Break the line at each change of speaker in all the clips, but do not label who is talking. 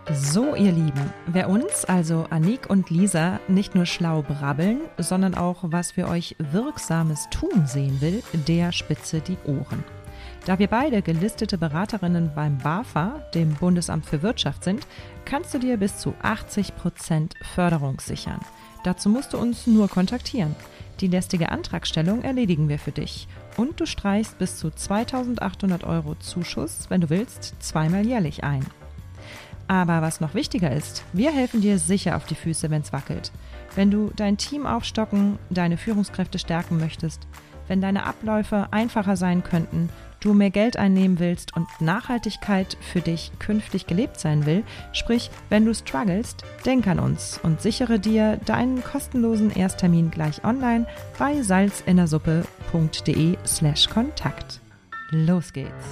So, ihr Lieben, wer uns, also Anik und Lisa, nicht nur schlau brabbeln, sondern auch was für euch Wirksames tun sehen will, der spitze die Ohren. Da wir beide gelistete Beraterinnen beim BAFA, dem Bundesamt für Wirtschaft, sind, kannst du dir bis zu 80% Förderung sichern. Dazu musst du uns nur kontaktieren. Die lästige Antragstellung erledigen wir für dich. Und du streichst bis zu 2.800 € Zuschuss, wenn du willst, zweimal jährlich ein. Aber was noch wichtiger ist, wir helfen dir sicher auf die Füße, wenn's wackelt. Wenn du dein Team aufstocken, deine Führungskräfte stärken möchtest, wenn deine Abläufe einfacher sein könnten, du mehr Geld einnehmen willst und Nachhaltigkeit für dich künftig gelebt sein will, sprich, wenn du strugglest, denk an uns und sichere dir deinen kostenlosen Ersttermin gleich online bei salzinnersuppe.de/Kontakt. Los geht's!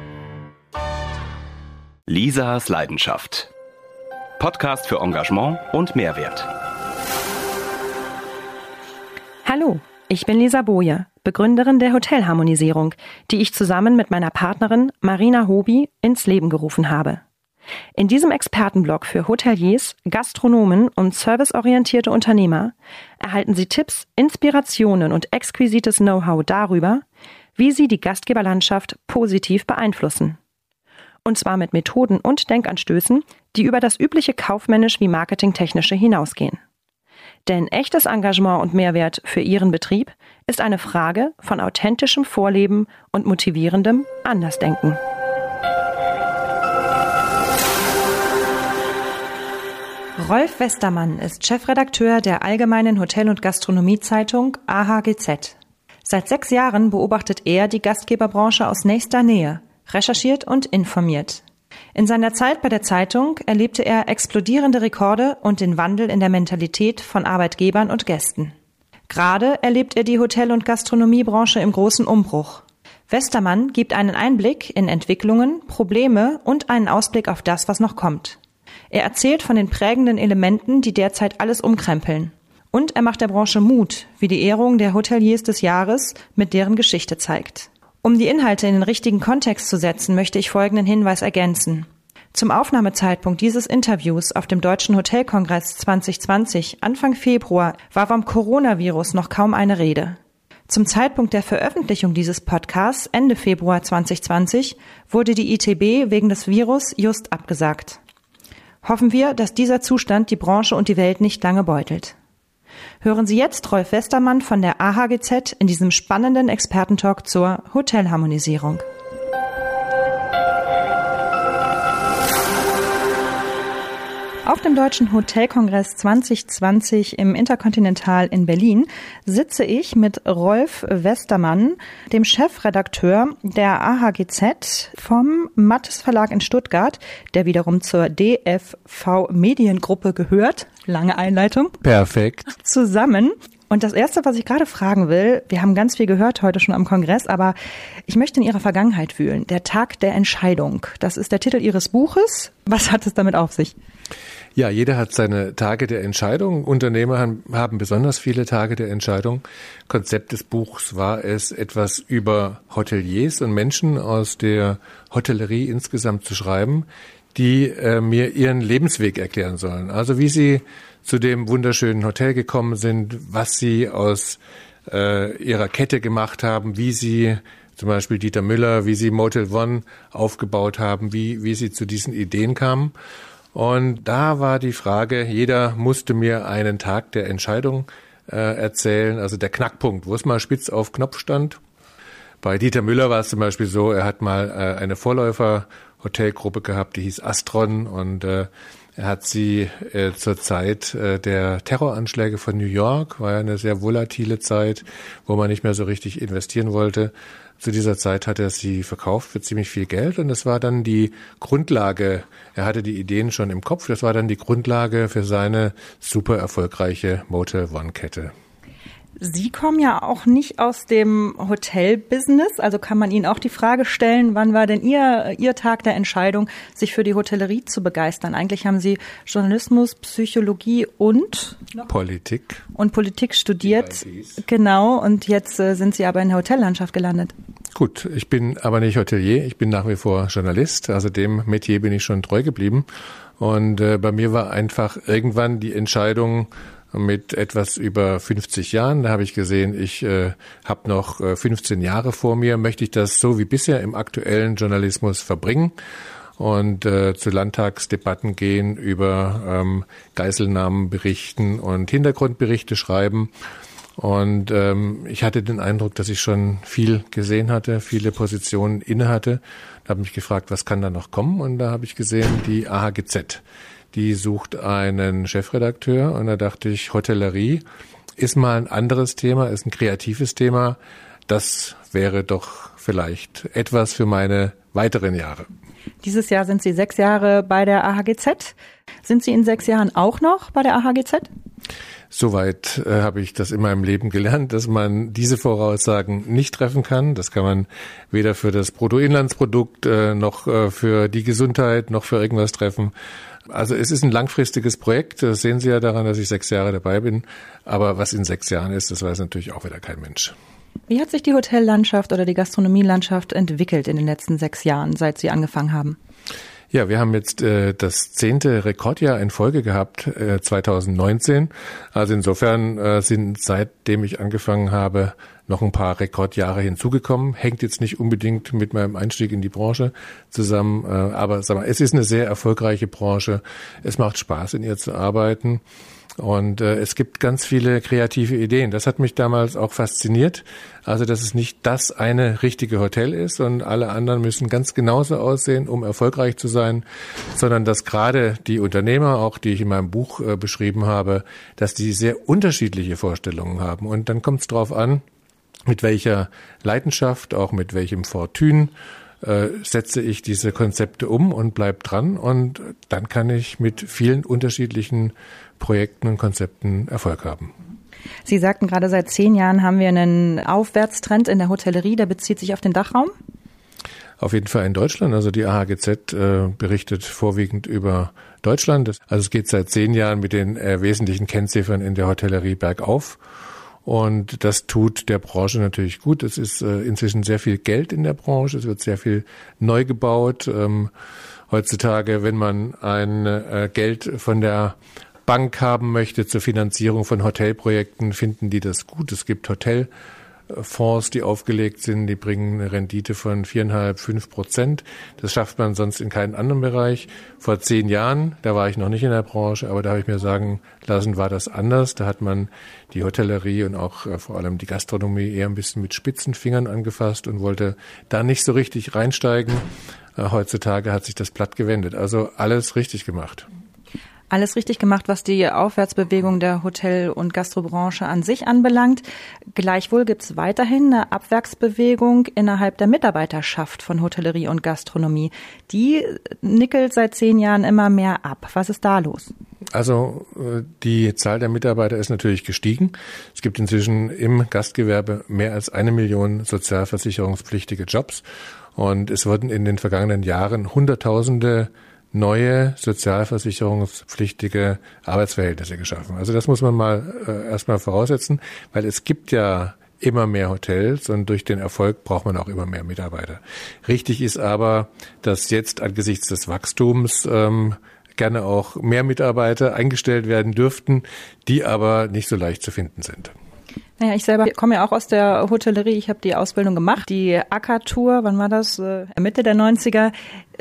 Lisas Leidenschaft. Podcast für Engagement und Mehrwert.
Hallo, ich bin Lisa Boje, Begründerin der Hotelharmonisierung, die ich zusammen mit meiner Partnerin Marina Hobi ins Leben gerufen habe. In diesem Expertenblog für Hoteliers, Gastronomen und serviceorientierte Unternehmer erhalten Sie Tipps, Inspirationen und exquisites Know-how darüber, wie Sie die Gastgeberlandschaft positiv beeinflussen. Und zwar mit Methoden und Denkanstößen, die über das übliche kaufmännisch wie marketingtechnische hinausgehen. Denn echtes Engagement und Mehrwert für Ihren Betrieb ist eine Frage von authentischem Vorleben und motivierendem Andersdenken. Rolf Westermann ist Chefredakteur der Allgemeinen Hotel- und Gastronomiezeitung AHGZ. Seit 6 Jahren beobachtet er die Gastgeberbranche aus nächster Nähe, recherchiert und informiert. In seiner Zeit bei der Zeitung erlebte er explodierende Rekorde und den Wandel in der Mentalität von Arbeitgebern und Gästen. Gerade erlebt er die Hotel- und Gastronomiebranche im großen Umbruch. Westermann gibt einen Einblick in Entwicklungen, Probleme und einen Ausblick auf das, was noch kommt. Er erzählt von den prägenden Elementen, die derzeit alles umkrempeln. Und er macht der Branche Mut, wie die Ehrung der Hoteliers des Jahres mit deren Geschichte zeigt. Um die Inhalte in den richtigen Kontext zu setzen, möchte ich folgenden Hinweis ergänzen. Zum Aufnahmezeitpunkt dieses Interviews auf dem Deutschen Hotelkongress 2020, Anfang Februar, war vom Coronavirus noch kaum eine Rede. Zum Zeitpunkt der Veröffentlichung dieses Podcasts, Ende Februar 2020, wurde die ITB wegen des Virus just abgesagt. Hoffen wir, dass dieser Zustand die Branche und die Welt nicht lange beutelt. Hören Sie jetzt Rolf Westermann von der AHGZ in diesem spannenden Expertentalk zur Hotelharmonisierung. Auf dem Deutschen Hotelkongress 2020 im Intercontinental in Berlin sitze ich mit Rolf Westermann, dem Chefredakteur der AHGZ vom Mattes Verlag in Stuttgart, der wiederum zur DFV Mediengruppe gehört. Lange Einleitung.
Perfekt.
Zusammen. Und das Erste, was ich gerade fragen will, wir haben ganz viel gehört heute schon am Kongress, aber ich möchte in Ihrer Vergangenheit wühlen. Der Tag der Entscheidung, das ist der Titel Ihres Buches. Was hat es damit auf sich?
Ja, jeder hat seine Tage der Entscheidung. Unternehmer haben besonders viele Tage der Entscheidung. Konzept des Buchs war es, etwas über Hoteliers und Menschen aus der Hotellerie insgesamt zu schreiben, die mir ihren Lebensweg erklären sollen. Also wie sie zu dem wunderschönen Hotel gekommen sind, was sie aus ihrer Kette gemacht haben, wie sie zum Beispiel Dieter Müller, wie sie Motel One aufgebaut haben, wie sie zu diesen Ideen kamen. Und da war die Frage, jeder musste mir einen Tag der Entscheidung erzählen, also der Knackpunkt, wo es mal spitz auf Knopf stand. Bei Dieter Müller war es zum Beispiel so, er hat mal eine Vorläufer-Hotelgruppe gehabt, die hieß Astron, und er hat sie zur Zeit der Terroranschläge von New York, war ja eine sehr volatile Zeit, wo man nicht mehr so richtig investieren wollte. Zu dieser Zeit hat er sie verkauft für ziemlich viel Geld, und das war dann die Grundlage. Er hatte die Ideen schon im Kopf, das war dann die Grundlage für seine super erfolgreiche Motel One-Kette.
Sie kommen ja auch nicht aus dem Hotelbusiness, also kann man Ihnen auch die Frage stellen, wann war denn Ihr Tag der Entscheidung, sich für die Hotellerie zu begeistern? Eigentlich haben Sie Journalismus, Psychologie und Politik studiert. Genau, und jetzt sind Sie aber in der Hotellandschaft gelandet.
Gut, ich bin aber nicht Hotelier, ich bin nach wie vor Journalist, also dem Metier bin ich schon treu geblieben. Und bei mir war einfach irgendwann die Entscheidung mit etwas über 50 Jahren. Da habe ich gesehen, ich habe noch 15 Jahre vor mir. Möchte ich das so wie bisher im aktuellen Journalismus verbringen und zu Landtagsdebatten gehen, über Geiselnahmen berichten und Hintergrundberichte schreiben. Und ich hatte den Eindruck, dass ich schon viel gesehen hatte, viele Positionen inne hatte. Da habe ich mich gefragt, was kann da noch kommen? Und da habe ich gesehen, die AHGZ. Die sucht einen Chefredakteur und da dachte ich, Hotellerie ist mal ein anderes Thema, ist ein kreatives Thema. Das wäre doch vielleicht etwas für meine weiteren Jahre.
Dieses Jahr sind Sie 6 Jahre bei der AHGZ. Sind Sie in 6 Jahren auch noch bei der AHGZ?
Soweit habe ich das in meinem Leben gelernt, dass man diese Voraussagen nicht treffen kann. Das kann man weder für das Bruttoinlandsprodukt noch für die Gesundheit noch für irgendwas treffen. Also es ist ein langfristiges Projekt. Das sehen Sie ja daran, dass ich 6 Jahre dabei bin. Aber was in 6 Jahren ist, das weiß natürlich auch wieder kein Mensch.
Wie hat sich die Hotellandschaft oder die Gastronomielandschaft entwickelt in den letzten 6 Jahren, seit Sie angefangen haben?
Ja, wir haben jetzt das 10. Rekordjahr in Folge gehabt, 2019. Also insofern sind seitdem ich angefangen habe noch ein paar Rekordjahre hinzugekommen. Hängt jetzt nicht unbedingt mit meinem Einstieg in die Branche zusammen, aber sag mal, es ist eine sehr erfolgreiche Branche. Es macht Spaß, in ihr zu arbeiten. Und es gibt ganz viele kreative Ideen. Das hat mich damals auch fasziniert. Also, dass es nicht das eine richtige Hotel ist und alle anderen müssen ganz genauso aussehen, um erfolgreich zu sein, sondern dass gerade die Unternehmer, auch die ich in meinem Buch beschrieben habe, dass die sehr unterschiedliche Vorstellungen haben. Und dann kommt es darauf an, mit welcher Leidenschaft, auch mit welchem Fortune setze ich diese Konzepte um und bleib dran. Und dann kann ich mit vielen unterschiedlichen Projekten und Konzepten Erfolg haben.
Sie sagten gerade, seit 10 Jahren haben wir einen Aufwärtstrend in der Hotellerie, der bezieht sich auf den Dachraum?
Auf jeden Fall in Deutschland. Also die AHGZ berichtet vorwiegend über Deutschland. Also es geht seit 10 Jahren mit den wesentlichen Kennziffern in der Hotellerie bergauf. Und das tut der Branche natürlich gut. Es ist inzwischen sehr viel Geld in der Branche. Es wird sehr viel neu gebaut. Heutzutage, wenn man ein Geld von der Bank haben möchte zur Finanzierung von Hotelprojekten, finden die das gut. Es gibt Hotelfonds, die aufgelegt sind, die bringen eine Rendite von 4,5-5%. Das schafft man sonst in keinem anderen Bereich. Vor 10 Jahren, da war ich noch nicht in der Branche, aber da habe ich mir sagen lassen, war das anders. Da hat man die Hotellerie und auch vor allem die Gastronomie eher ein bisschen mit spitzen Fingern angefasst und wollte da nicht so richtig reinsteigen. Heutzutage hat sich das platt gewendet. Also alles richtig gemacht.
Alles richtig gemacht, was die Aufwärtsbewegung der Hotel- und Gastrobranche an sich anbelangt. Gleichwohl gibt es weiterhin eine Abwärtsbewegung innerhalb der Mitarbeiterschaft von Hotellerie und Gastronomie. Die nickelt seit 10 Jahren immer mehr ab. Was ist da los?
Also die Zahl der Mitarbeiter ist natürlich gestiegen. Es gibt inzwischen im Gastgewerbe mehr als 1 Million sozialversicherungspflichtige Jobs. Und es wurden in den vergangenen Jahren Hunderttausende neue sozialversicherungspflichtige Arbeitsverhältnisse geschaffen. Also das muss man mal erstmal voraussetzen, weil es gibt ja immer mehr Hotels und durch den Erfolg braucht man auch immer mehr Mitarbeiter. Richtig ist aber, dass jetzt angesichts des Wachstums gerne auch mehr Mitarbeiter eingestellt werden dürften, die aber nicht so leicht zu finden sind.
Naja, ich selber komme ja auch aus der Hotellerie. Ich habe die Ausbildung gemacht. Die Acker-Tour, wann war das? Mitte der 90er.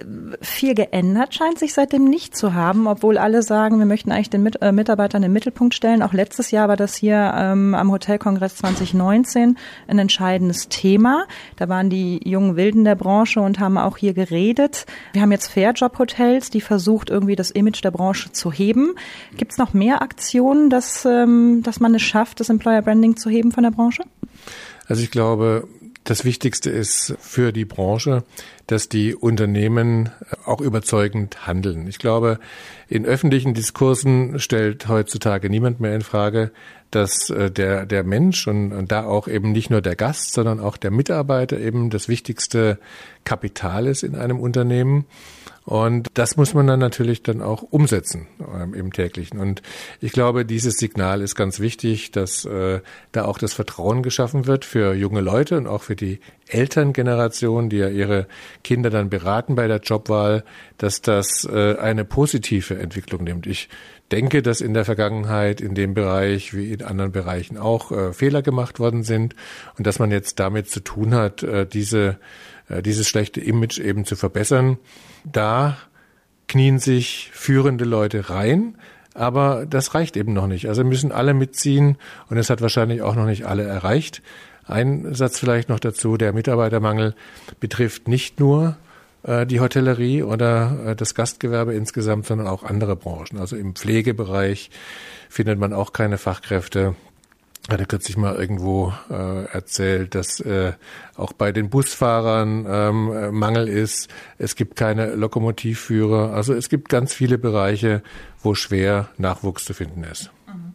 Viel geändert scheint sich seitdem nicht zu haben, obwohl alle sagen, wir möchten eigentlich den Mitarbeitern in den Mittelpunkt stellen. Auch letztes Jahr war das hier am Hotelkongress 2019 ein entscheidendes Thema. Da waren die jungen Wilden der Branche und haben auch hier geredet. Wir haben jetzt Fairjob-Hotels, die versucht, irgendwie das Image der Branche zu heben. Gibt es noch mehr Aktionen, dass man es schafft, das Employer Branding zu heben von der Branche?
Also ich glaube, das Wichtigste ist für die Branche, dass die Unternehmen auch überzeugend handeln. Ich glaube, in öffentlichen Diskursen stellt heutzutage niemand mehr in Frage, dass der Mensch und da auch eben nicht nur der Gast, sondern auch der Mitarbeiter eben das wichtigste Kapital ist in einem Unternehmen. Und das muss man dann natürlich dann auch umsetzen im täglichen. Und ich glaube, dieses Signal ist ganz wichtig, dass da auch das Vertrauen geschaffen wird für junge Leute und auch für die Elterngeneration, die ja ihre Kinder dann beraten bei der Jobwahl, dass das eine positive Entwicklung nimmt. Ich denke, dass in der Vergangenheit in dem Bereich wie in anderen Bereichen auch Fehler gemacht worden sind und dass man jetzt damit zu tun hat, dieses schlechte Image eben zu verbessern. Da knien sich führende Leute rein, aber das reicht eben noch nicht. Also müssen alle mitziehen und es hat wahrscheinlich auch noch nicht alle erreicht. Ein Satz vielleicht noch dazu, der Mitarbeitermangel betrifft nicht nur die Hotellerie oder das Gastgewerbe insgesamt, sondern auch andere Branchen. Also im Pflegebereich findet man auch keine Fachkräfte. Ich hatte kürzlich mal irgendwo erzählt, dass auch bei den Busfahrern Mangel ist. Es gibt keine Lokomotivführer. Also es gibt ganz viele Bereiche, wo schwer Nachwuchs zu finden ist.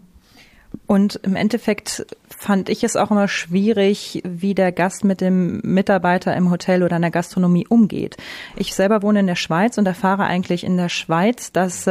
Und im Endeffekt fand ich es auch immer schwierig, wie der Gast mit dem Mitarbeiter im Hotel oder in der Gastronomie umgeht. Ich selber wohne in der Schweiz und erfahre eigentlich in der Schweiz, dass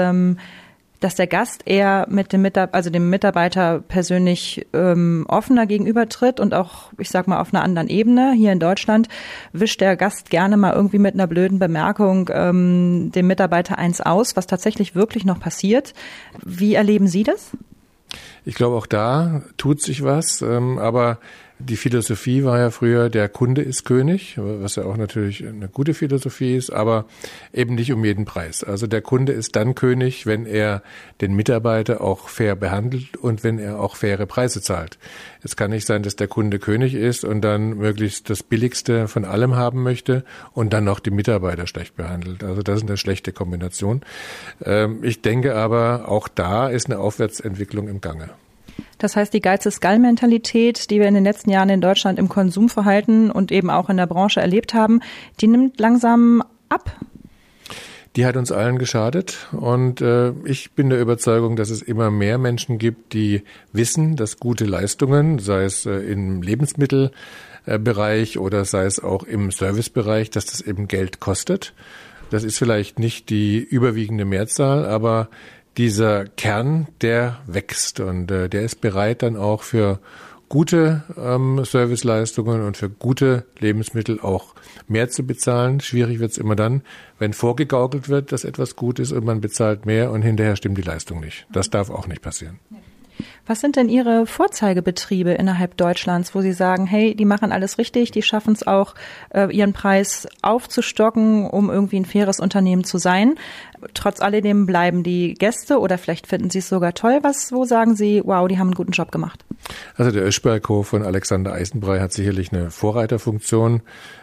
der Gast eher mit dem Mitarbeiter persönlich offener gegenübertritt und auch, ich sag mal, auf einer anderen Ebene. Hier in Deutschland wischt der Gast gerne mal irgendwie mit einer blöden Bemerkung dem Mitarbeiter eins aus, was tatsächlich wirklich noch passiert. Wie erleben Sie das?
Ich glaube, auch da tut sich was, aber die Philosophie war ja früher, der Kunde ist König, was ja auch natürlich eine gute Philosophie ist, aber eben nicht um jeden Preis. Also der Kunde ist dann König, wenn er den Mitarbeiter auch fair behandelt und wenn er auch faire Preise zahlt. Es kann nicht sein, dass der Kunde König ist und dann möglichst das Billigste von allem haben möchte und dann noch die Mitarbeiter schlecht behandelt. Also das ist eine schlechte Kombination. Ich denke aber, auch da ist eine Aufwärtsentwicklung im Gange.
Das heißt, die Geiz-ist-geil-Mentalität, die wir in den letzten Jahren in Deutschland im Konsumverhalten und eben auch in der Branche erlebt haben, die nimmt langsam ab.
Die hat uns allen geschadet und ich bin der Überzeugung, dass es immer mehr Menschen gibt, die wissen, dass gute Leistungen, sei es im Lebensmittelbereich oder sei es auch im Servicebereich, dass das eben Geld kostet. Das ist vielleicht nicht die überwiegende Mehrzahl, aber dieser Kern, der wächst und der ist bereit dann auch für gute Serviceleistungen und für gute Lebensmittel auch mehr zu bezahlen. Schwierig wird's immer dann, wenn vorgegaukelt wird, dass etwas gut ist und man bezahlt mehr und hinterher stimmt die Leistung nicht. Das darf auch nicht passieren.
Was sind denn Ihre Vorzeigebetriebe innerhalb Deutschlands, wo Sie sagen, hey, die machen alles richtig, die schaffen es auch, ihren Preis aufzustocken, um irgendwie ein faires Unternehmen zu sein? Trotz alledem bleiben die Gäste oder vielleicht finden Sie es sogar toll. Wo sagen Sie, wow, die haben einen guten Job gemacht?
Also der Öschberghof von Alexander Eisenbrei hat sicherlich eine Vorreiterfunktion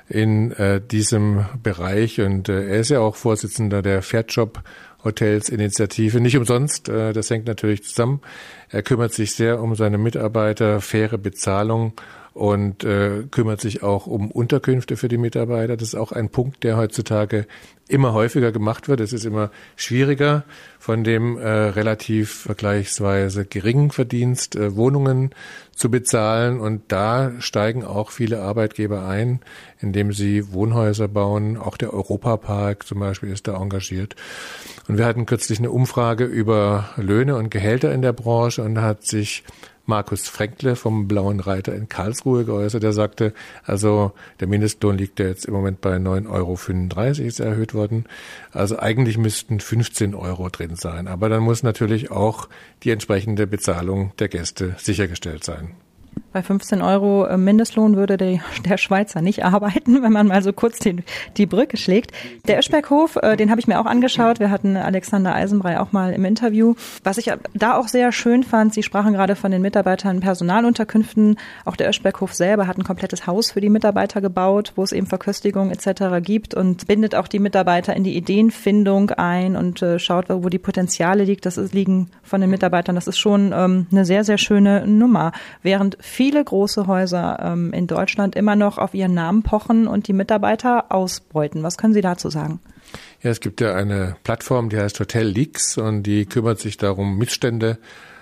in diesem Bereich und er ist ja auch Vorsitzender der Fairjob Hotels-Initiative. Nicht umsonst, das hängt natürlich zusammen. Er kümmert sich sehr um seine Mitarbeiter, faire Bezahlung und kümmert sich auch um Unterkünfte für die Mitarbeiter. Das ist auch ein Punkt, der heutzutage immer häufiger gemacht wird. Es ist immer schwieriger, von dem relativ vergleichsweise geringen Verdienst Wohnungen zu bezahlen. Und da steigen auch viele Arbeitgeber ein, indem sie Wohnhäuser bauen. Auch der Europapark zum Beispiel ist da engagiert. Und wir hatten kürzlich eine Umfrage über Löhne und Gehälter in der Branche und da hat sich Markus Fränkle vom Blauen Reiter in Karlsruhe geäußert. Er sagte, also der Mindestlohn liegt ja jetzt im Moment bei 9,35 €, ist erhöht worden. Also eigentlich müssten 15 € drin sein. Aber dann muss natürlich auch die entsprechende Bezahlung der Gäste sichergestellt sein.
Bei 15 € Mindestlohn würde der Schweizer nicht arbeiten, wenn man mal so kurz die Brücke schlägt. Der Öschberghof, den habe ich mir auch angeschaut. Wir hatten Alexander Eisenbrei auch mal im Interview. Was ich da auch sehr schön fand, Sie sprachen gerade von den Mitarbeitern in Personalunterkünften. Auch der Öschberghof selber hat ein komplettes Haus für die Mitarbeiter gebaut, wo es eben Verköstigung etc. gibt und bindet auch die Mitarbeiter in die Ideenfindung ein und schaut, wo die Potenziale liegen von den Mitarbeitern. Das ist schon eine sehr, sehr schöne Nummer. Während viele große Häuser in Deutschland immer noch auf ihren Namen pochen und die Mitarbeiter ausbeuten. Was können Sie dazu sagen?
Ja, es gibt ja eine Plattform, die heißt Hotel Leaks und die kümmert sich darum, Missstände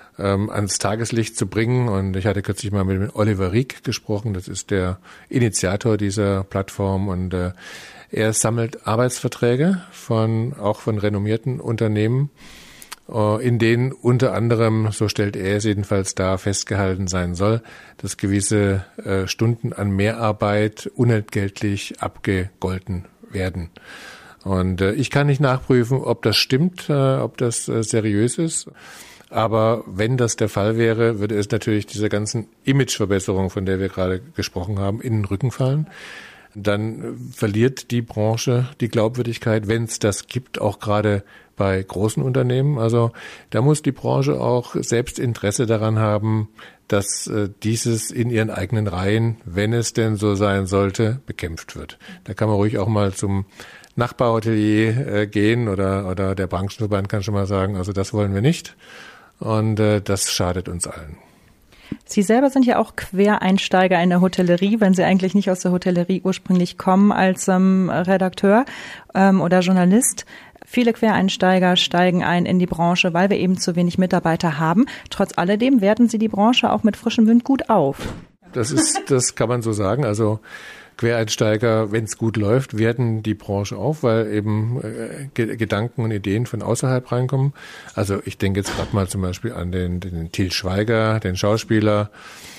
ans Tageslicht zu bringen. Und ich hatte kürzlich mal mit Oliver Rieck gesprochen, das ist der Initiator dieser Plattform und Er sammelt Arbeitsverträge auch von renommierten Unternehmen, in denen unter anderem, so stellt er es jedenfalls dar, festgehalten sein soll, dass gewisse Stunden an Mehrarbeit unentgeltlich abgegolten werden. Und ich kann nicht nachprüfen, ob das stimmt, ob das seriös ist. Aber wenn das der Fall wäre, würde es natürlich dieser ganzen Imageverbesserung, von der wir gerade gesprochen haben, in den Rücken fallen. Dann verliert die Branche die Glaubwürdigkeit, wenn es das gibt, auch gerade bei großen Unternehmen. Also da muss die Branche auch selbst Interesse daran haben, dass dieses in ihren eigenen Reihen, wenn es denn so sein sollte, bekämpft wird. Da kann man ruhig auch mal zum Nachbarhotelier gehen oder der Branchenverband kann schon mal sagen, also das wollen wir nicht. Und das schadet uns allen.
Sie selber sind ja auch Quereinsteiger in der Hotellerie, wenn Sie eigentlich nicht aus der Hotellerie ursprünglich kommen als Redakteur oder Journalist. Viele Quereinsteiger steigen ein in die Branche, weil wir eben zu wenig Mitarbeiter haben. Trotz alledem werten Sie die Branche auch mit frischem Wind gut auf.
Das kann man so sagen. Also Quereinsteiger, wenn es gut läuft, werten die Branche auf, weil eben Gedanken und Ideen von außerhalb reinkommen. Also ich denke jetzt gerade mal zum Beispiel an den Til Schweiger, den Schauspieler,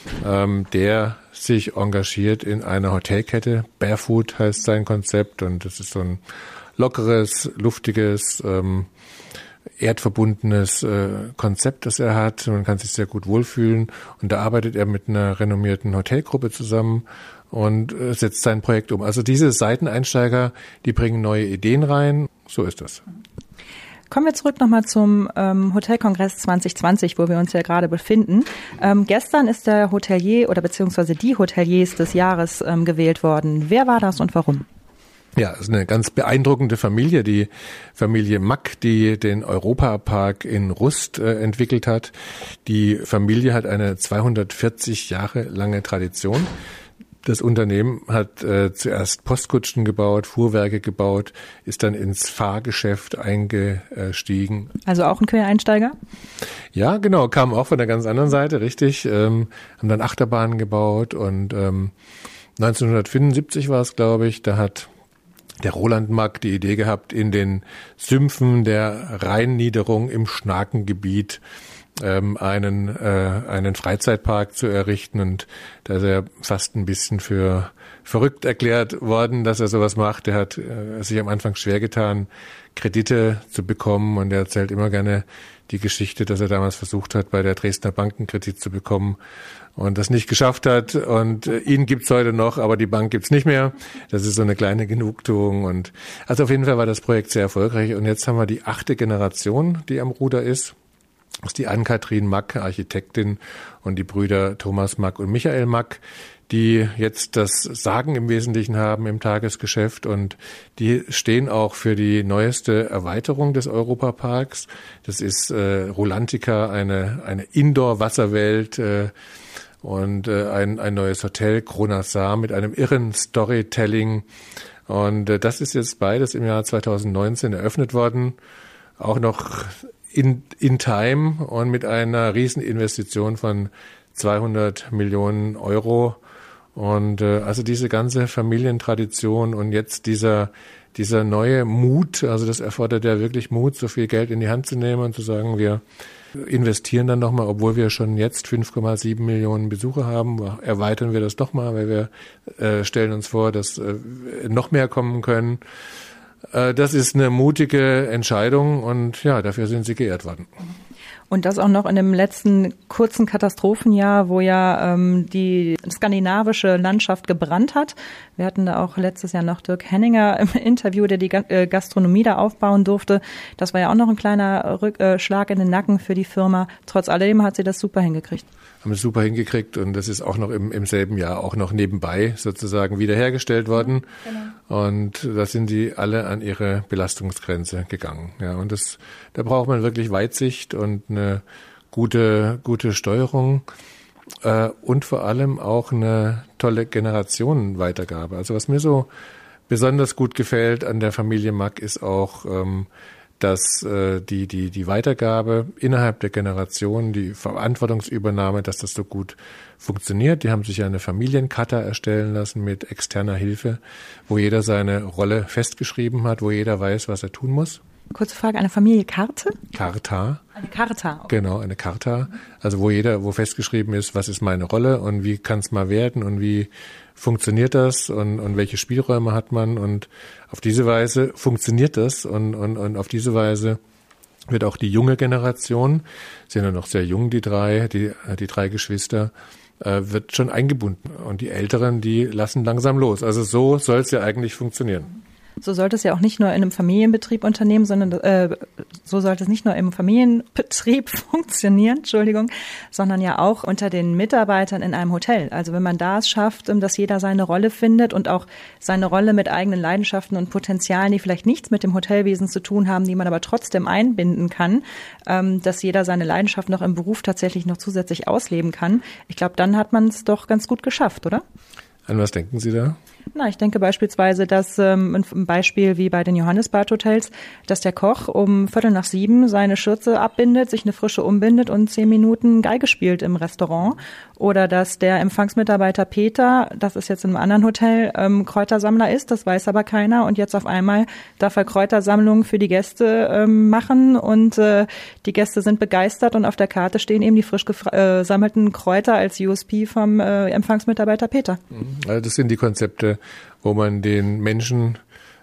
der sich engagiert in einer Hotelkette. Barefoot heißt sein Konzept und das ist so ein lockeres, luftiges, erdverbundenes Konzept, das er hat. Man kann sich sehr gut wohlfühlen und da arbeitet er mit einer renommierten Hotelgruppe zusammen und setzt sein Projekt um. Also diese Seiteneinsteiger, die bringen neue Ideen rein. So ist das.
Kommen wir zurück nochmal zum Hotelkongress 2020, wo wir uns ja gerade befinden. Gestern ist der Hotelier oder beziehungsweise die Hoteliers des Jahres gewählt worden. Wer war das und warum?
Ja, es ist eine ganz beeindruckende Familie, die Familie Mack, die den Europapark in Rust entwickelt hat. Die Familie hat eine 240 Jahre lange Tradition. Das Unternehmen hat zuerst Postkutschen gebaut, Fuhrwerke gebaut, ist dann ins Fahrgeschäft eingestiegen.
Also auch ein Quereinsteiger?
Ja, genau, kam auch von der ganz anderen Seite, richtig. Haben dann Achterbahnen gebaut und 1975 war es, glaube ich, da hat der Roland Mack die Idee gehabt, in den Sümpfen der Rheinniederung im Schnakengebiet einen Freizeitpark zu errichten, und da ist er fast ein bisschen für verrückt erklärt worden, dass er sowas macht. Er hat sich am Anfang schwer getan, Kredite zu bekommen, und er erzählt immer gerne die Geschichte, dass er damals versucht hat, bei der Dresdner Bank einen Kredit zu bekommen und das nicht geschafft hat, und ihn gibt's heute noch, aber die Bank gibt's nicht mehr. Das ist so eine kleine Genugtuung, und also auf jeden Fall war das Projekt sehr erfolgreich, und jetzt haben wir die 8. Generation, die am Ruder ist. Das ist die Ann-Kathrin Mack, Architektin, und die Brüder Thomas Mack und Michael Mack, die jetzt das Sagen im Wesentlichen haben im Tagesgeschäft, und die stehen auch für die neueste Erweiterung des Europaparks. Das ist Rulantica, eine Indoor-Wasserwelt und ein neues Hotel, Kronasar, mit einem irren Storytelling. Und das ist jetzt beides im Jahr 2019 eröffnet worden, auch noch in time und mit einer Rieseninvestition von 200 Millionen Euro. Und also diese ganze Familientradition und jetzt dieser neue Mut, also das erfordert ja wirklich Mut, so viel Geld in die Hand zu nehmen und zu sagen, wir investieren dann nochmal, obwohl wir schon jetzt 5,7 Millionen Besucher haben, erweitern wir das doch mal, weil wir stellen uns vor, dass noch mehr kommen können. Das ist eine mutige Entscheidung, und ja, dafür sind sie geehrt worden.
Und das auch noch in dem letzten kurzen Katastrophenjahr, wo ja die skandinavische Landschaft gebrannt hat. Wir hatten da auch letztes Jahr noch Dirk Henninger im Interview, der die Gastronomie da aufbauen durfte. Das war ja auch noch ein kleiner Rückschlag in den Nacken für die Firma. Trotz alledem hat sie das super hingekriegt.
Haben es super hingekriegt, und das ist auch noch im selben Jahr auch noch nebenbei sozusagen wiederhergestellt worden. Genau. Und da sind die alle an ihre Belastungsgrenze gegangen. Ja, und da braucht man wirklich Weitsicht und eine gute Steuerung und vor allem auch eine tolle Generationenweitergabe. Also was mir so besonders gut gefällt an der Familie Mack ist auch dass die Weitergabe innerhalb der Generation, die Verantwortungsübernahme, dass das so gut funktioniert. Die haben sich eine Familienkata erstellen lassen mit externer Hilfe, wo jeder seine Rolle festgeschrieben hat, wo jeder weiß, was er tun muss.
Kurze Frage, eine Familienkarte?
Charta.
Eine Charta. Okay.
Genau, eine Charta. Also wo festgeschrieben ist, was ist meine Rolle und wie kann es mal werden und wie funktioniert das und welche Spielräume hat man, und auf diese Weise funktioniert das und auf diese Weise wird auch die junge Generation, sind ja noch sehr jung, die drei Geschwister, wird schon eingebunden, und die Älteren, die lassen langsam los. Also so soll es ja eigentlich funktionieren.
So sollte es ja auch nicht nur in einem Familienbetrieb unternehmen, sondern so sollte es nicht nur im Familienbetrieb funktionieren, sondern ja auch unter den Mitarbeitern in einem Hotel. Also wenn man da es schafft, dass jeder seine Rolle findet und auch seine Rolle mit eigenen Leidenschaften und Potenzialen, die vielleicht nichts mit dem Hotelwesen zu tun haben, die man aber trotzdem einbinden kann, dass jeder seine Leidenschaft noch im Beruf tatsächlich noch zusätzlich ausleben kann. Ich glaube, dann hat man es doch ganz gut geschafft, oder?
An was denken Sie da?
Na, ich denke beispielsweise, dass ein Beispiel wie bei den Johannisbad-Hotels, dass der Koch um 6:15 seine Schürze abbindet, sich eine frische umbindet und 10 Minuten Geige spielt im Restaurant. Oder dass der Empfangsmitarbeiter Peter, das ist jetzt in einem anderen Hotel, Kräutersammler ist, das weiß aber keiner. Und jetzt auf einmal darf er Kräutersammlungen für die Gäste machen, und die Gäste sind begeistert, und auf der Karte stehen eben die frisch gesammelten Kräuter als USP vom Empfangsmitarbeiter Peter.
Also das sind die Konzepte, wo man den Menschen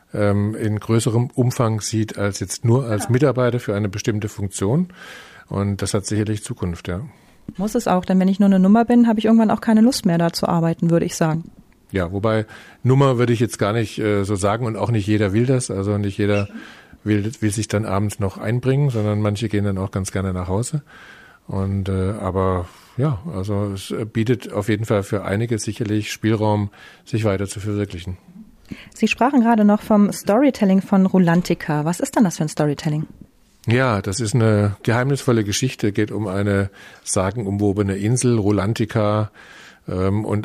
in größerem Umfang sieht als jetzt nur als Mitarbeiter für eine bestimmte Funktion. Und das hat sicherlich Zukunft, ja.
Muss es auch, denn wenn ich nur eine Nummer bin, habe ich irgendwann auch keine Lust mehr, da zu arbeiten, würde ich sagen.
Ja, wobei Nummer würde ich jetzt gar nicht so sagen, und auch nicht jeder will das. Also nicht jeder will sich dann abends noch einbringen, sondern manche gehen dann auch ganz gerne nach Hause. Und aber ja, also es bietet auf jeden Fall für einige sicherlich Spielraum, sich weiter zu verwirklichen.
Sie sprachen gerade noch vom Storytelling von Rulantica. Was ist denn das für ein Storytelling?
Ja, das ist eine geheimnisvolle Geschichte, geht um eine sagenumwobene Insel, Rulantica, und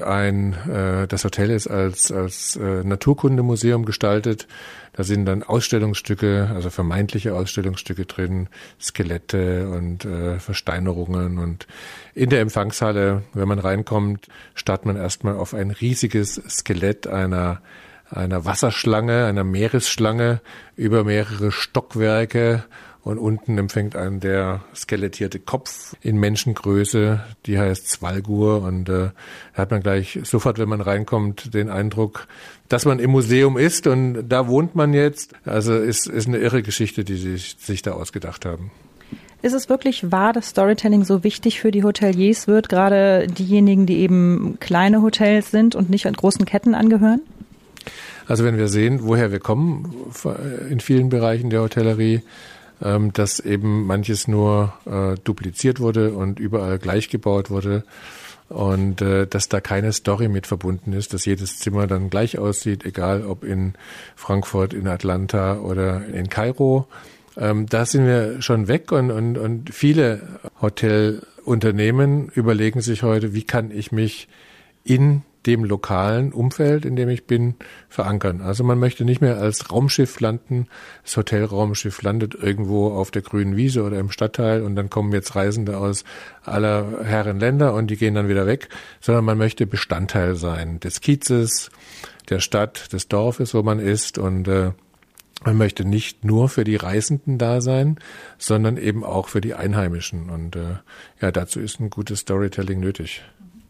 das Hotel ist als Naturkundemuseum gestaltet. Da sind dann Ausstellungsstücke, also vermeintliche Ausstellungsstücke drin, Skelette und Versteinerungen. Und in der Empfangshalle, wenn man reinkommt, starrt man erstmal auf ein riesiges Skelett einer Wasserschlange, einer Meeresschlange über mehrere Stockwerke. Und unten empfängt einen der skelettierte Kopf in Menschengröße, die heißt Svalgur. Und da hat man gleich sofort, wenn man reinkommt, den Eindruck, dass man im Museum ist und da wohnt man jetzt. Also ist eine irre Geschichte, die sie sich da ausgedacht haben.
Ist es wirklich wahr, dass Storytelling so wichtig für die Hoteliers wird, gerade diejenigen, die eben kleine Hotels sind und nicht an großen Ketten angehören?
Also wenn wir sehen, woher wir kommen in vielen Bereichen der Hotellerie, dass eben manches nur dupliziert wurde und überall gleich gebaut wurde und dass da keine Story mit verbunden ist, dass jedes Zimmer dann gleich aussieht, egal ob in Frankfurt, in Atlanta oder in Kairo. Da sind wir schon weg und viele Hotelunternehmen überlegen sich heute, wie kann ich mich in dem lokalen Umfeld, in dem ich bin, verankern. Also man möchte nicht mehr als Raumschiff landen. Das Hotelraumschiff landet irgendwo auf der grünen Wiese oder im Stadtteil und dann kommen jetzt Reisende aus aller Herren Länder und die gehen dann wieder weg, sondern man möchte Bestandteil sein des Kiezes, der Stadt, des Dorfes, wo man ist, und man möchte nicht nur für die Reisenden da sein, sondern eben auch für die Einheimischen. Und dazu ist ein gutes Storytelling nötig.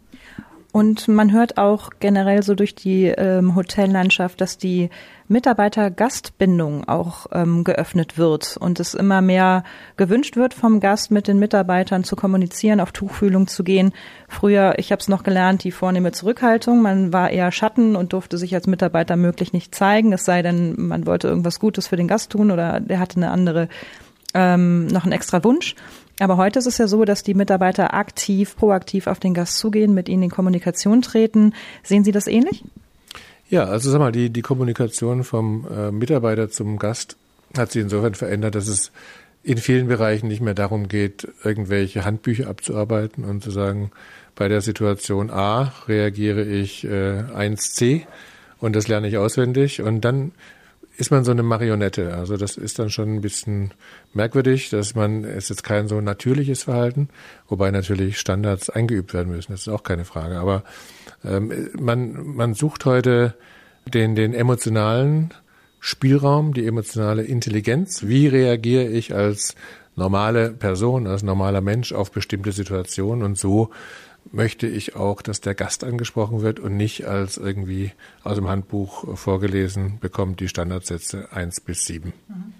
Und man hört auch generell so durch die Hotellandschaft, dass die Mitarbeiter-Gastbindung auch geöffnet wird und es immer mehr gewünscht wird vom Gast, mit den Mitarbeitern zu kommunizieren, auf Tuchfühlung zu gehen. Früher, ich habe es noch gelernt, die vornehme Zurückhaltung. Man war eher Schatten und durfte sich als Mitarbeiter möglich nicht zeigen, es sei denn, man wollte irgendwas Gutes für den Gast tun oder der hatte noch einen extra Wunsch. Aber heute ist es ja so, dass die Mitarbeiter proaktiv auf den Gast zugehen, mit ihnen in Kommunikation treten. Sehen Sie das ähnlich?
Ja, also sag mal, die Kommunikation vom Mitarbeiter zum Gast hat sich insofern verändert, dass es in vielen Bereichen nicht mehr darum geht, irgendwelche Handbücher abzuarbeiten und zu sagen, bei der Situation A reagiere ich 1C und das lerne ich auswendig, und dann ist man so eine Marionette. Also das ist dann schon ein bisschen merkwürdig, dass es jetzt kein so natürliches Verhalten, wobei natürlich Standards eingeübt werden müssen, das ist auch keine Frage. Aber man sucht heute den emotionalen Spielraum, die emotionale Intelligenz. Wie reagiere ich als normale Person, als normaler Mensch auf bestimmte Situationen? Und so möchte ich auch, dass der Gast angesprochen wird und nicht als irgendwie aus dem Handbuch vorgelesen bekommt die Standardsätze 1-7.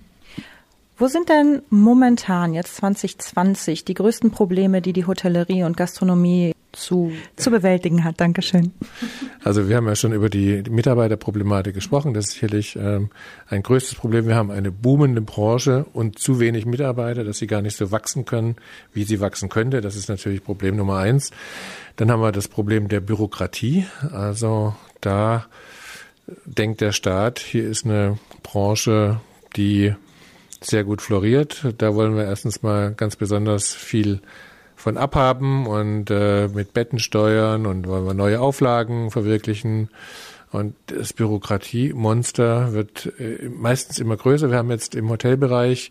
Wo sind denn momentan, jetzt 2020, die größten Probleme, die Hotellerie und Gastronomie zu bewältigen hat? Dankeschön.
Also wir haben ja schon über die Mitarbeiterproblematik gesprochen. Das ist sicherlich ein größtes Problem. Wir haben eine boomende Branche und zu wenig Mitarbeiter, dass sie gar nicht so wachsen können, wie sie wachsen könnte. Das ist natürlich Problem Nummer 1. Dann haben wir das Problem der Bürokratie. Also da denkt der Staat, hier ist eine Branche, die sehr gut floriert. Da wollen wir erstens mal ganz besonders viel von abhaben und mit Betten steuern und wollen wir neue Auflagen verwirklichen. Und das Bürokratiemonster wird meistens immer größer. Wir haben jetzt im Hotelbereich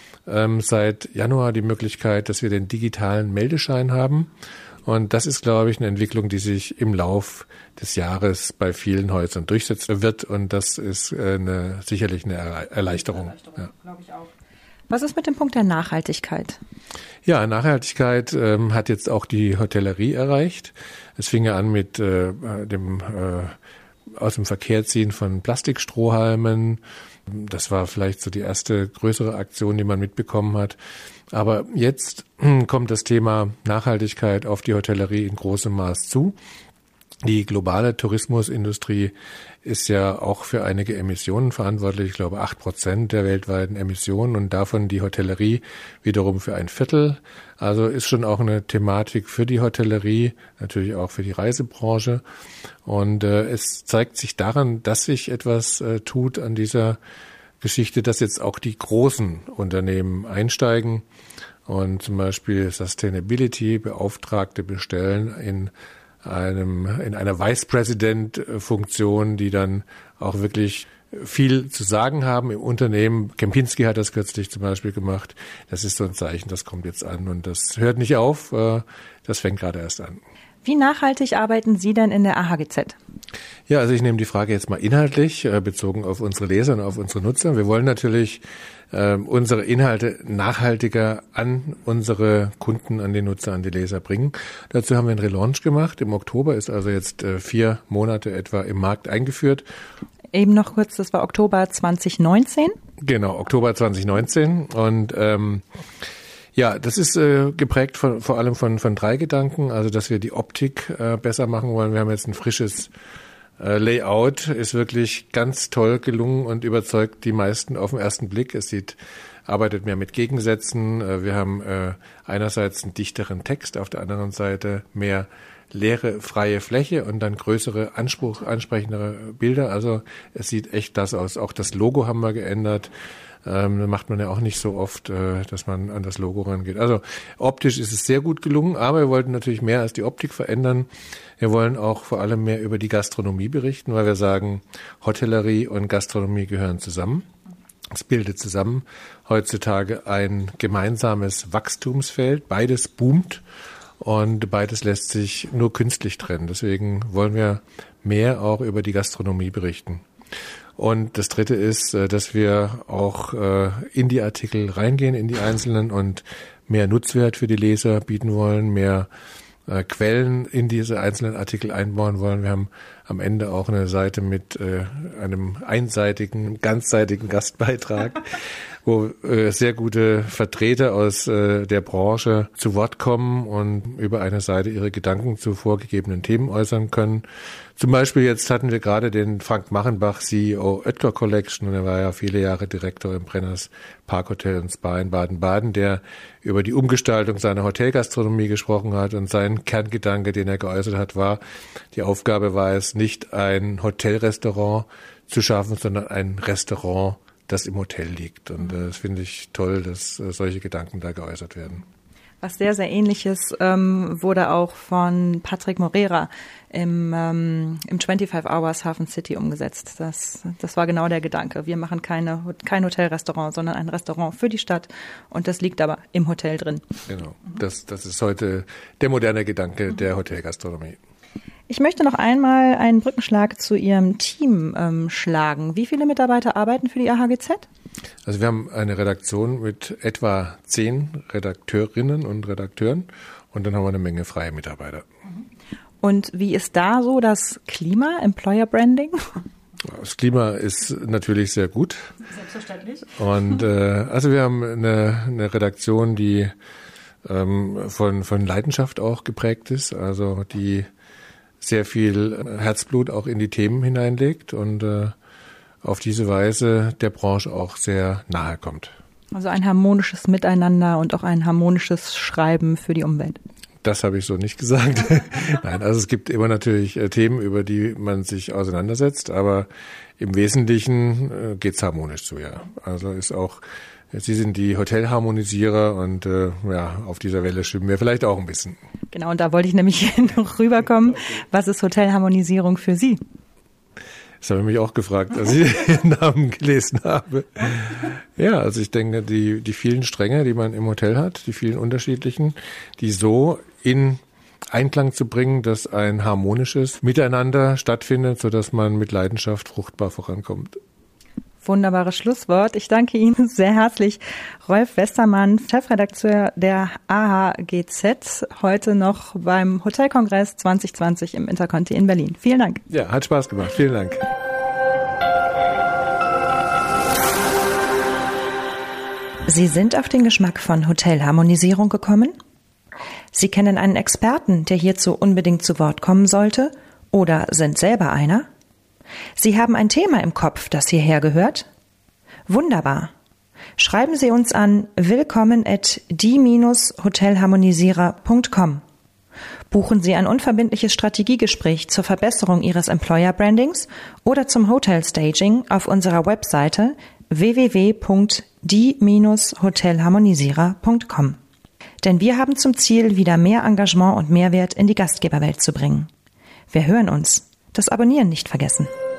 seit Januar die Möglichkeit, dass wir den digitalen Meldeschein haben. Und das ist, glaube ich, eine Entwicklung, die sich im Lauf des Jahres bei vielen Häusern durchsetzen wird. Und das ist sicherlich eine Erleichterung. Ja.
Glaube ich auch. Was ist mit dem Punkt der Nachhaltigkeit?
Ja, Nachhaltigkeit hat jetzt auch die Hotellerie erreicht. Es fing ja an mit dem aus dem Verkehr ziehen von Plastikstrohhalmen. Das war vielleicht so die erste größere Aktion, die man mitbekommen hat. Aber jetzt kommt das Thema Nachhaltigkeit auf die Hotellerie in großem Maß zu. Die globale Tourismusindustrie ist ja auch für einige Emissionen verantwortlich. Ich glaube 8% der weltweiten Emissionen und davon die Hotellerie wiederum für 1/4. Also ist schon auch eine Thematik für die Hotellerie, natürlich auch für die Reisebranche. Und es zeigt sich daran, dass sich etwas tut an dieser Geschichte, dass jetzt auch die großen Unternehmen einsteigen und zum Beispiel Sustainability-Beauftragte bestellen in einer Vice President-Funktion, die dann auch wirklich viel zu sagen haben im Unternehmen. Kempinski hat das kürzlich zum Beispiel gemacht. Das ist so ein Zeichen, das kommt jetzt an und das hört nicht auf, das fängt gerade erst an.
Wie nachhaltig arbeiten Sie denn in der AHGZ?
Ja, also ich nehme die Frage jetzt mal inhaltlich, bezogen auf unsere Leser und auf unsere Nutzer. Wir wollen natürlich unsere Inhalte nachhaltiger an unsere Kunden, an die Nutzer, an die Leser bringen. Dazu haben wir einen Relaunch gemacht. Im Oktober ist also jetzt 4 Monate etwa im Markt eingeführt.
Eben noch kurz, das war Oktober 2019?
Genau, Oktober 2019 und ja, das ist geprägt vor allem von 3 Gedanken, also dass wir die Optik besser machen wollen. Wir haben jetzt ein frisches Layout, ist wirklich ganz toll gelungen und überzeugt die meisten auf den ersten Blick. Arbeitet mehr mit Gegensätzen. Wir haben einerseits einen dichteren Text, auf der anderen Seite mehr leere, freie Fläche und dann größere, ansprechendere Bilder. Also es sieht echt das aus. Auch das Logo haben wir geändert. Macht man ja auch nicht so oft, dass man an das Logo rangeht. Also optisch ist es sehr gut gelungen, aber wir wollten natürlich mehr als die Optik verändern. Wir wollen auch vor allem mehr über die Gastronomie berichten, weil wir sagen, Hotellerie und Gastronomie gehören zusammen. Es bildet zusammen heutzutage ein gemeinsames Wachstumsfeld. Beides boomt und beides lässt sich nur künstlich trennen. Deswegen wollen wir mehr auch über die Gastronomie berichten. Und das Dritte ist, dass wir auch in die Artikel reingehen, in die einzelnen und mehr Nutzwert für die Leser bieten wollen, mehr Quellen in diese einzelnen Artikel einbauen wollen. Wir haben am Ende auch eine Seite mit einem ganzseitigen Gastbeitrag, wo sehr gute Vertreter aus der Branche zu Wort kommen und über eine Seite ihre Gedanken zu vorgegebenen Themen äußern können. Zum Beispiel jetzt hatten wir gerade den Frank Machenbach, CEO Oetker Collection, und er war ja viele Jahre Direktor im Brenners Parkhotel und Spa in Baden-Baden, der über die Umgestaltung seiner Hotelgastronomie gesprochen hat und sein Kerngedanke, den er geäußert hat, war, die Aufgabe war es, nicht ein Hotelrestaurant zu schaffen, sondern ein Restaurant, das im Hotel liegt. Und das finde ich toll, dass solche Gedanken da geäußert werden.
Was sehr, sehr Ähnliches wurde auch von Patrick Morera im 25 Hours Hafen City umgesetzt. Das war genau der Gedanke. Wir machen kein Hotelrestaurant, sondern ein Restaurant für die Stadt und das liegt aber im Hotel drin.
Genau, das ist heute der moderne Gedanke der Hotelgastronomie.
Ich möchte noch einmal einen Brückenschlag zu Ihrem Team schlagen. Wie viele Mitarbeiter arbeiten für die AHGZ?
Also wir haben eine Redaktion mit etwa 10 Redakteurinnen und Redakteuren und dann haben wir eine Menge freie Mitarbeiter.
Und wie ist da so das Klima, Employer Branding?
Das Klima ist natürlich sehr gut.
Selbstverständlich.
Und also wir haben eine Redaktion, die von Leidenschaft auch geprägt ist, also die sehr viel Herzblut auch in die Themen hineinlegt und auf diese Weise der Branche auch sehr nahe kommt.
Also ein harmonisches Miteinander und auch ein harmonisches Schreiben für die Umwelt.
Das habe ich so nicht gesagt. Nein, also es gibt immer natürlich Themen, über die man sich auseinandersetzt, aber im Wesentlichen geht's harmonisch zu, ja. Also ist auch, Sie sind die Hotelharmonisierer und auf dieser Welle schwimmen wir vielleicht auch ein bisschen.
Genau, und da wollte ich nämlich noch rüberkommen. Was ist Hotelharmonisierung für Sie?
Das habe ich mich auch gefragt, als ich den Namen gelesen habe. Ja, also ich denke, die vielen Stränge, die man im Hotel hat, die vielen unterschiedlichen, die so in Einklang zu bringen, dass ein harmonisches Miteinander stattfindet, sodass man mit Leidenschaft fruchtbar vorankommt.
Wunderbares Schlusswort. Ich danke Ihnen sehr herzlich, Rolf Westermann, Chefredakteur der AHGZ, heute noch beim Hotelkongress 2020 im Interconti in Berlin. Vielen Dank.
Ja, hat Spaß gemacht. Vielen Dank.
Sie sind auf den Geschmack von Hotelharmonisierung gekommen? Sie kennen einen Experten, der hierzu unbedingt zu Wort kommen sollte? Oder sind selber einer? Sie haben ein Thema im Kopf, das hierher gehört? Wunderbar. Schreiben Sie uns an willkommen@die-hotelharmonisierer.com. Buchen Sie ein unverbindliches Strategiegespräch zur Verbesserung Ihres Employer Brandings oder zum Hotel Staging auf unserer Webseite www.die-hotelharmonisierer.com. Denn wir haben zum Ziel, wieder mehr Engagement und Mehrwert in die Gastgeberwelt zu bringen. Wir hören uns. Das Abonnieren nicht vergessen.